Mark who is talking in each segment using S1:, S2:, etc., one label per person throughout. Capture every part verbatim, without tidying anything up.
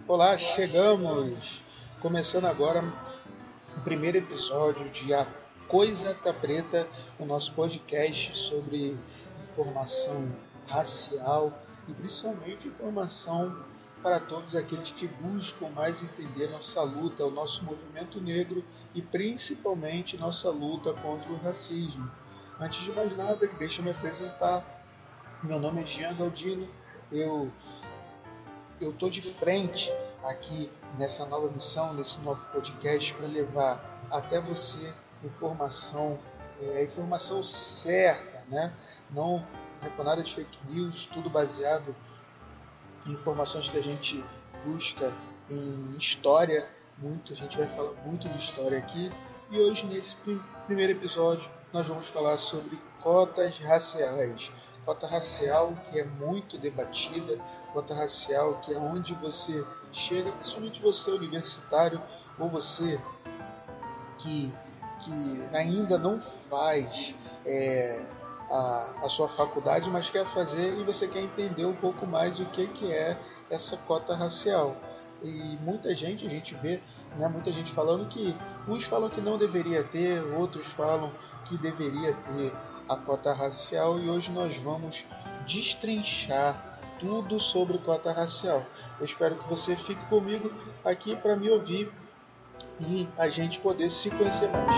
S1: Olá, chegamos! Começando agora o primeiro episódio de A Coisa Tá Preta, o nosso podcast sobre informação racial e principalmente informação para todos aqueles que buscam mais entender nossa luta, o nosso movimento negro e principalmente nossa luta contra o racismo. Antes de mais nada, deixa eu me apresentar. Meu nome é Jean Galdino, eu eu estou de frente aqui nessa nova missão, nesse novo podcast, para levar até você informação, é, a informação certa, né? Não, não é por nada de fake news, tudo baseado em informações que a gente busca em história. Muito, a gente vai falar muito de história aqui. E hoje, nesse prim- primeiro episódio, nós vamos falar sobre cotas raciais. Cota racial que é muito debatida, cota racial que é onde você chega, principalmente você universitário, ou você que, que ainda não faz é, a, a sua faculdade, mas quer fazer e você quer entender um pouco mais o que, que é essa cota racial. E muita gente, a gente vê, né, muita gente falando que uns falam que não deveria ter, outros falam que deveria ter a cota racial, e hoje nós vamos destrinchar tudo sobre cota racial. Eu espero que você fique comigo aqui para me ouvir e a gente poder se conhecer mais.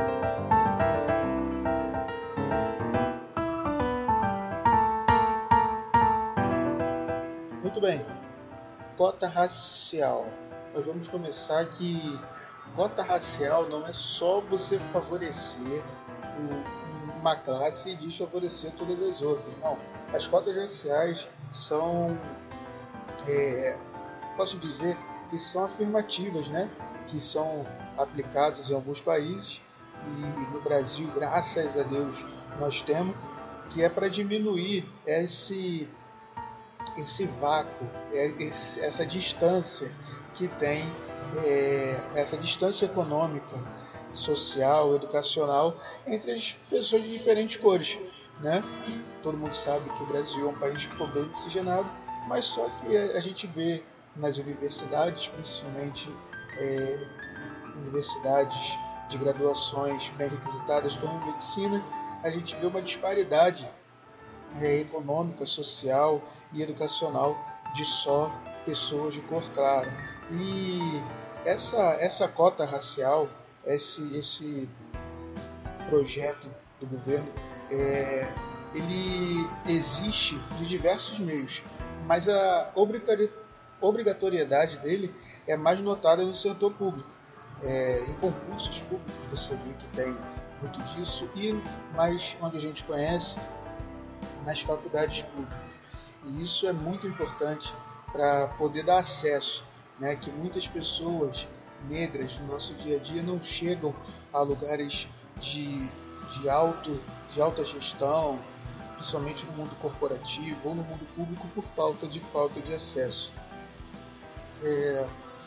S1: Muito bem, cota racial. Nós vamos começar que cota racial não é só você favorecer uma classe e desfavorecer todas as outras. Não, as cotas raciais são, é, posso dizer, que são afirmativas, né? Que são aplicados em alguns países e no Brasil, graças a Deus, nós temos, que é para diminuir esse esse vácuo, esse, essa distância que tem, é, essa distância econômica, social, educacional entre as pessoas de diferentes cores, né? Todo mundo sabe que o Brasil é um país bem miscigenado, mas só que a gente vê nas universidades, principalmente é, universidades de graduações bem requisitadas como medicina, a gente vê uma disparidade é, econômica, social e educacional de só pessoas de cor clara. E essa, essa cota racial, esse, esse projeto do governo, é, ele existe de diversos meios, mas a obrigatoriedade dele é mais notada no setor público. É, em concursos públicos você vê que tem muito disso, e mais onde a gente conhece, nas faculdades públicas. E isso é muito importante para poder dar acesso, né, que muitas pessoas negras no nosso dia a dia não chegam a lugares de, de, alto, de alta gestão, principalmente no mundo corporativo ou no mundo público, por falta de falta de acesso. É,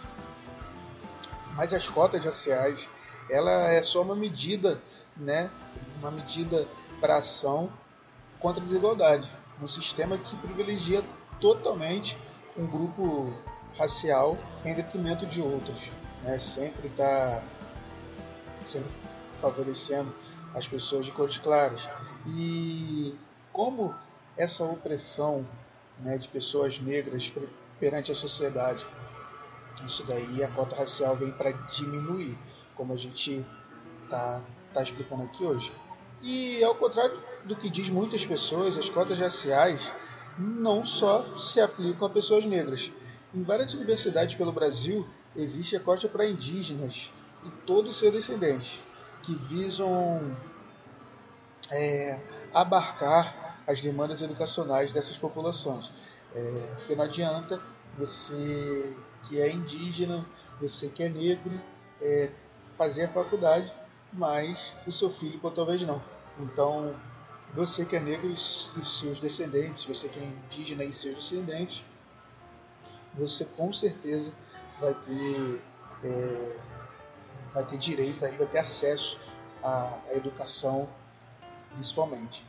S1: mas as cotas raciais, ela é só uma medida, né, uma medida para ação contra a desigualdade, um sistema que privilegia totalmente um grupo racial em detrimento de outros, né? Sempre está sempre favorecendo as pessoas de cores claras. E como essa opressão, né, de pessoas negras perante a sociedade, isso daí a cota racial vem para diminuir, como a gente está tá explicando aqui hoje. E ao contrário do que diz muitas pessoas, as cotas raciais não só se aplicam a pessoas negras. Em várias universidades pelo Brasil existe a cota para indígenas e todos os seus descendentes, que visam é, abarcar as demandas educacionais dessas populações. É, porque não adianta você que é indígena, você que é negro, é, fazer a faculdade, mas o seu filho pô, talvez não. Então, você que é negro e seus descendentes, você que é indígena e seus descendentes, você com certeza vai ter, é, vai ter direito, aí, vai ter acesso à, à educação, principalmente.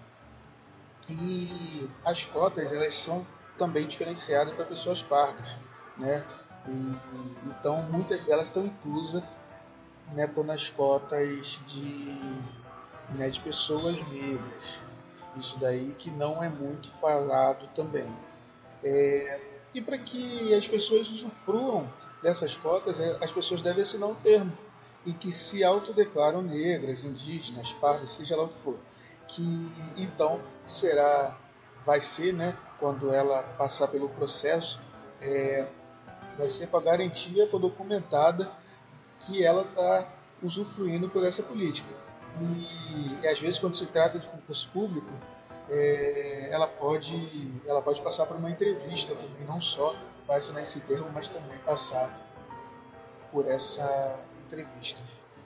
S1: E as cotas, elas são também diferenciadas para pessoas pardas, né? E, então, muitas delas estão inclusas, né, nas cotas de, né, de pessoas negras. Isso daí que não é muito falado também. É, e para que as pessoas usufruam dessas cotas, é, as pessoas devem assinar um termo em que se autodeclaram negras, indígenas, pardas, seja lá o que for. Que então será, vai ser, né, quando ela passar pelo processo, é, vai ser com a garantia documentada que ela está usufruindo por essa política. E, e às vezes quando se trata de concurso público, é, ela, pode, ela pode passar por uma entrevista também, não só vai assinar esse termo, mas também passar por essa entrevista.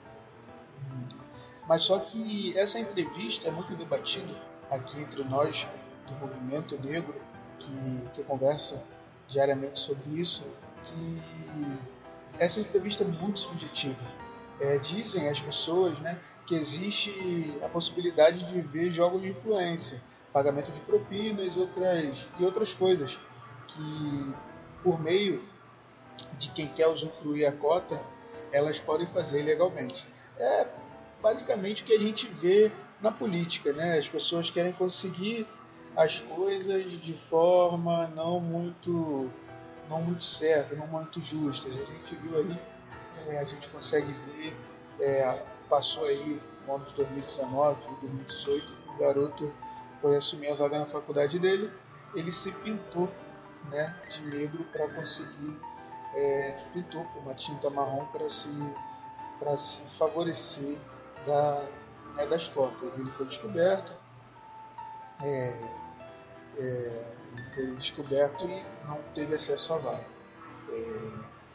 S1: Mas só que essa entrevista é muito debatida aqui entre nós do movimento negro que, que conversa diariamente sobre isso, que essa entrevista é muito subjetiva. É, dizem as pessoas, né, que existe a possibilidade de ver jogos de influência, pagamento de propinas outras, e outras coisas que, por meio de quem quer usufruir a cota, elas podem fazer legalmente. É basicamente o que a gente vê na política, né? As pessoas querem conseguir as coisas de forma não muito, não muito certa, não muito justas. A gente viu aí, é, a gente consegue ver, é, passou aí no ano de dois mil e dezenove, dois mil e dezoito, o garoto foi assumir a vaga na faculdade dele, ele se pintou, né, de negro para conseguir, é, pintou com uma tinta marrom para se, para se favorecer da, né, das cotas. Ele foi descoberto, é, é, ele foi descoberto e não teve acesso à vaga. É,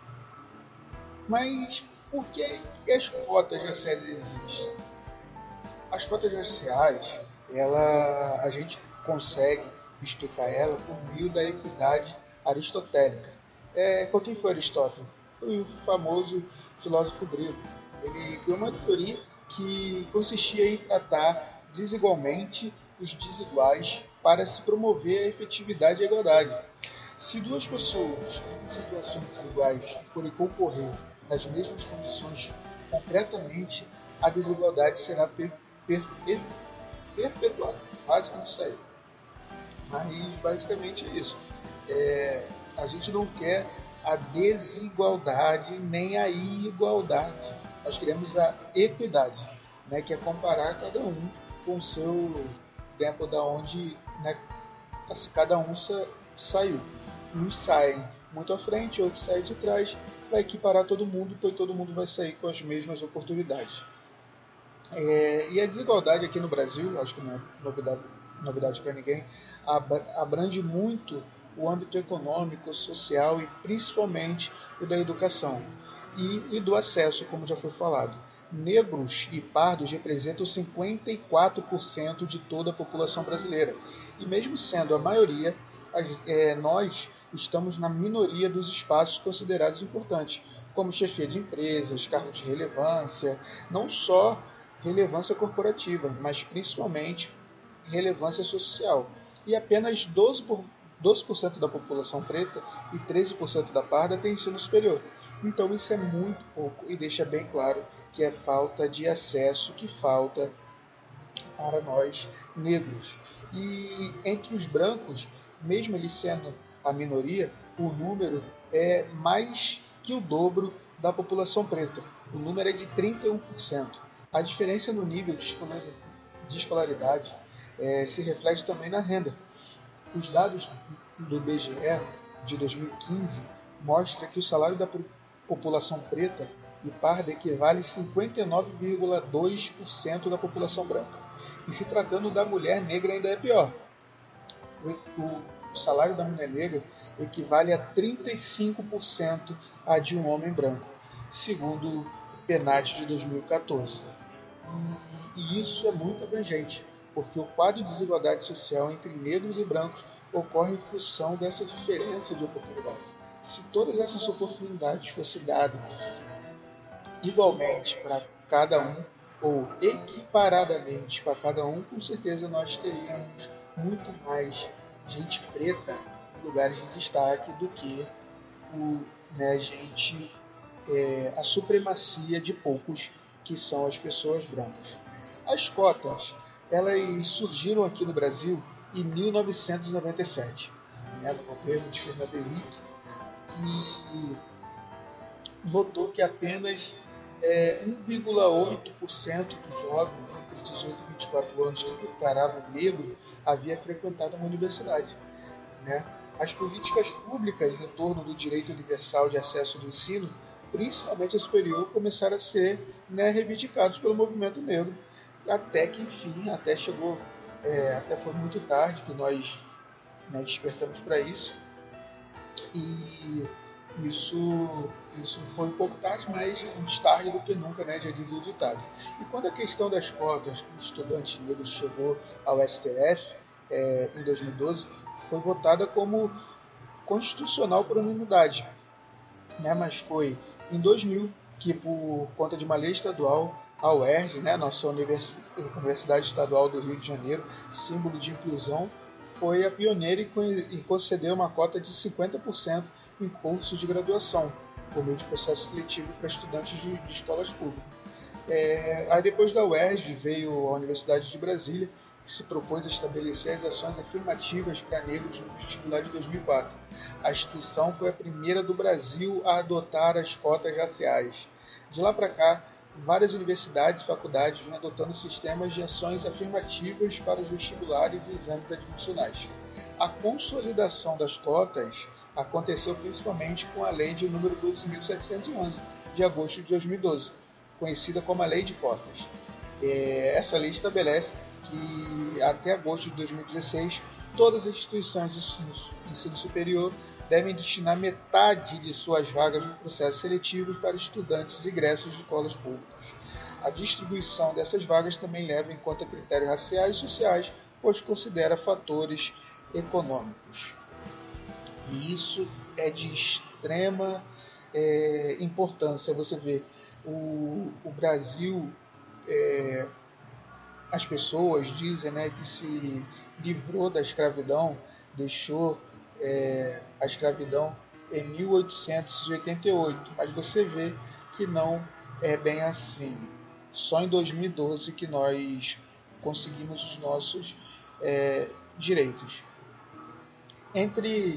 S1: mas por que as cotas raciais existem? As cotas raciais, ela, a gente consegue explicar ela por meio da equidade aristotélica. É, quem foi Aristóteles? Foi o famoso filósofo grego. Ele criou uma teoria que consistia em tratar desigualmente os desiguais para se promover a efetividade e a igualdade. Se duas pessoas em situações desiguais forem concorrer nas mesmas condições, concretamente a desigualdade será per, per, per, perpetuada. Basicamente isso aí. Mas basicamente é isso. É, a gente não quer a desigualdade nem a igualdade. Nós queremos a equidade, né, que é comparar cada um com o seu tempo da onde, né, assim, cada um sa saiu. Uns saem muito à frente, outros saem de trás, vai equiparar todo mundo, pois todo mundo vai sair com as mesmas oportunidades. É, e a desigualdade aqui no Brasil, acho que não é novidade, novidade para ninguém, abrange muito o âmbito econômico, social e principalmente o da educação e, e do acesso, como já foi falado. Negros e pardos representam cinquenta e quatro por cento de toda a população brasileira. E mesmo sendo a maioria, é, nós estamos na minoria dos espaços considerados importantes, como chefia de empresas, cargos de relevância, não só relevância corporativa, mas principalmente relevância social. E apenas doze por cento doze por cento da população preta e treze por cento da parda tem ensino superior. Então isso é muito pouco e deixa bem claro que é falta de acesso que falta para nós negros. E entre os brancos, mesmo ele sendo a minoria, o número é mais que o dobro da população preta. O número é de trinta e um por cento. A diferença no nível de escolaridade é, se reflete também na renda. Os dados do I B G E de dois mil e quinze mostram que o salário da população preta e parda equivale a cinquenta e nove vírgula dois por cento da população branca. E se tratando da mulher negra ainda é pior. O salário da mulher negra equivale a trinta e cinco por cento a de um homem branco, segundo o PNAD de dois mil e quatorze. E, e isso é muito abrangente, porque o quadro de desigualdade social entre negros e brancos ocorre em função dessa diferença de oportunidade. Se todas essas oportunidades fossem dadas igualmente para cada um, ou equiparadamente para cada um, com certeza nós teríamos muito mais gente preta em lugares de destaque do que o né, a gente é, a supremacia de poucos, que são as pessoas brancas. As cotas, elas surgiram aqui no Brasil em mil novecentos e noventa e sete, né, no governo de Fernando Henrique, que notou que apenas é, um vírgula oito por cento dos jovens entre dezoito e vinte e quatro anos que declaravam negro havia frequentado uma universidade, né? As políticas públicas em torno do direito universal de acesso ao ensino, principalmente a superior, começaram a ser, né, reivindicados pelo movimento negro, até que, enfim, até chegou, é, até foi muito tarde que nós, né, despertamos para isso, e isso, isso foi um pouco tarde, mas antes tarde do que nunca, né, já dizia o ditado. E quando a questão das cotas dos estudantes negros chegou ao S T F, é, em dois mil e doze, foi votada como constitucional por unanimidade, né, mas foi em dois mil que, por conta de uma lei estadual, a U E R J, né, nossa Universidade Estadual do Rio de Janeiro, símbolo de inclusão, foi a pioneira em conceder uma cota de cinquenta por cento em cursos de graduação, por meio de processo seletivo para estudantes de, de escolas públicas. É, aí depois da U E R J veio a Universidade de Brasília, que se propôs a estabelecer as ações afirmativas para negros no vestibular de dois mil e quatro. A instituição foi a primeira do Brasil a adotar as cotas raciais. De lá para cá, várias universidades e faculdades vêm adotando sistemas de ações afirmativas para os vestibulares e exames admissionais. A consolidação das cotas aconteceu principalmente com a Lei de número doze mil setecentos e onze, de agosto de dois mil e doze, conhecida como a Lei de Cotas. Essa lei estabelece que até agosto de dois mil e dezesseis todas as instituições de ensino superior devem destinar metade de suas vagas nos processos seletivos para estudantes egressos de escolas públicas. A distribuição dessas vagas também leva em conta critérios raciais e sociais, pois considera fatores econômicos. E isso é de extrema é, importância. Você vê, o, o Brasil, é, as pessoas dizem, né, que se livrou da escravidão, deixou é, a escravidão em mil oitocentos e oitenta e oito, mas você vê que não é bem assim. Só em dois mil e doze que nós conseguimos os nossos é, direitos. Entre,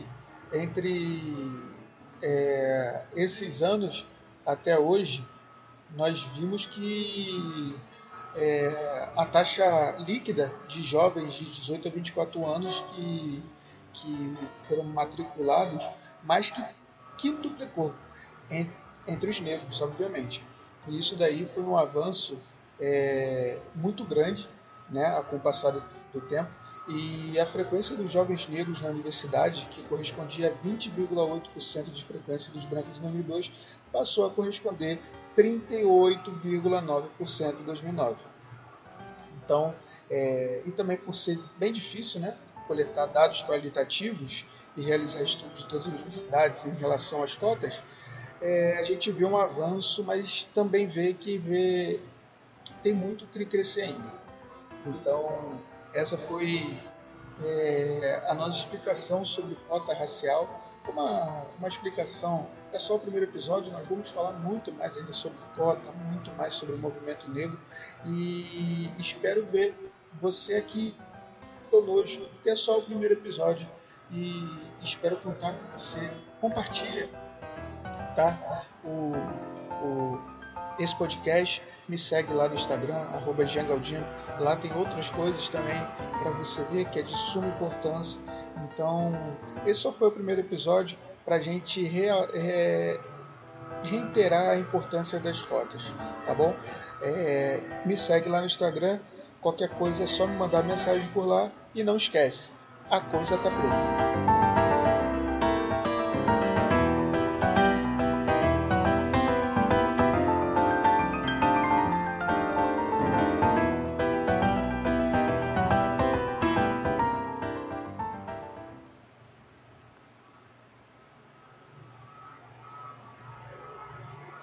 S1: entre é, esses anos até hoje, nós vimos que é, a taxa líquida de jovens de dezoito a vinte e quatro anos que, que foram matriculados mais que quintuplicou en, entre os negros, obviamente. E isso daí foi um avanço é, muito grande, né, com o passar do tempo, e a frequência dos jovens negros na universidade, que correspondia a vinte vírgula oito por cento de frequência dos brancos em dois mil e dois, passou a corresponder a trinta e oito vírgula nove por cento em dois mil e nove. Então, é, e também por ser bem difícil, né, coletar dados qualitativos e realizar estudos de todas as universidades em relação às cotas, é, a gente vê um avanço, mas também vê que vê, tem muito que crescer ainda. Então, essa foi é, a nossa explicação sobre cota racial. Uma, uma explicação, é só o primeiro episódio, nós vamos falar muito mais ainda sobre cota, muito mais sobre o movimento negro, e espero ver você aqui conosco, que é só o primeiro episódio, e espero contar com você. Compartilha, tá? O, o esse podcast, me segue lá no Instagram, arroba Jean Galdino. Lá tem outras coisas também para você ver que é de suma importância. Então, esse só foi o primeiro episódio para a gente re, re, reiterar a importância das cotas, tá bom? É, me segue lá no Instagram, qualquer coisa é só me mandar mensagem por lá, e não esquece, a coisa tá preta.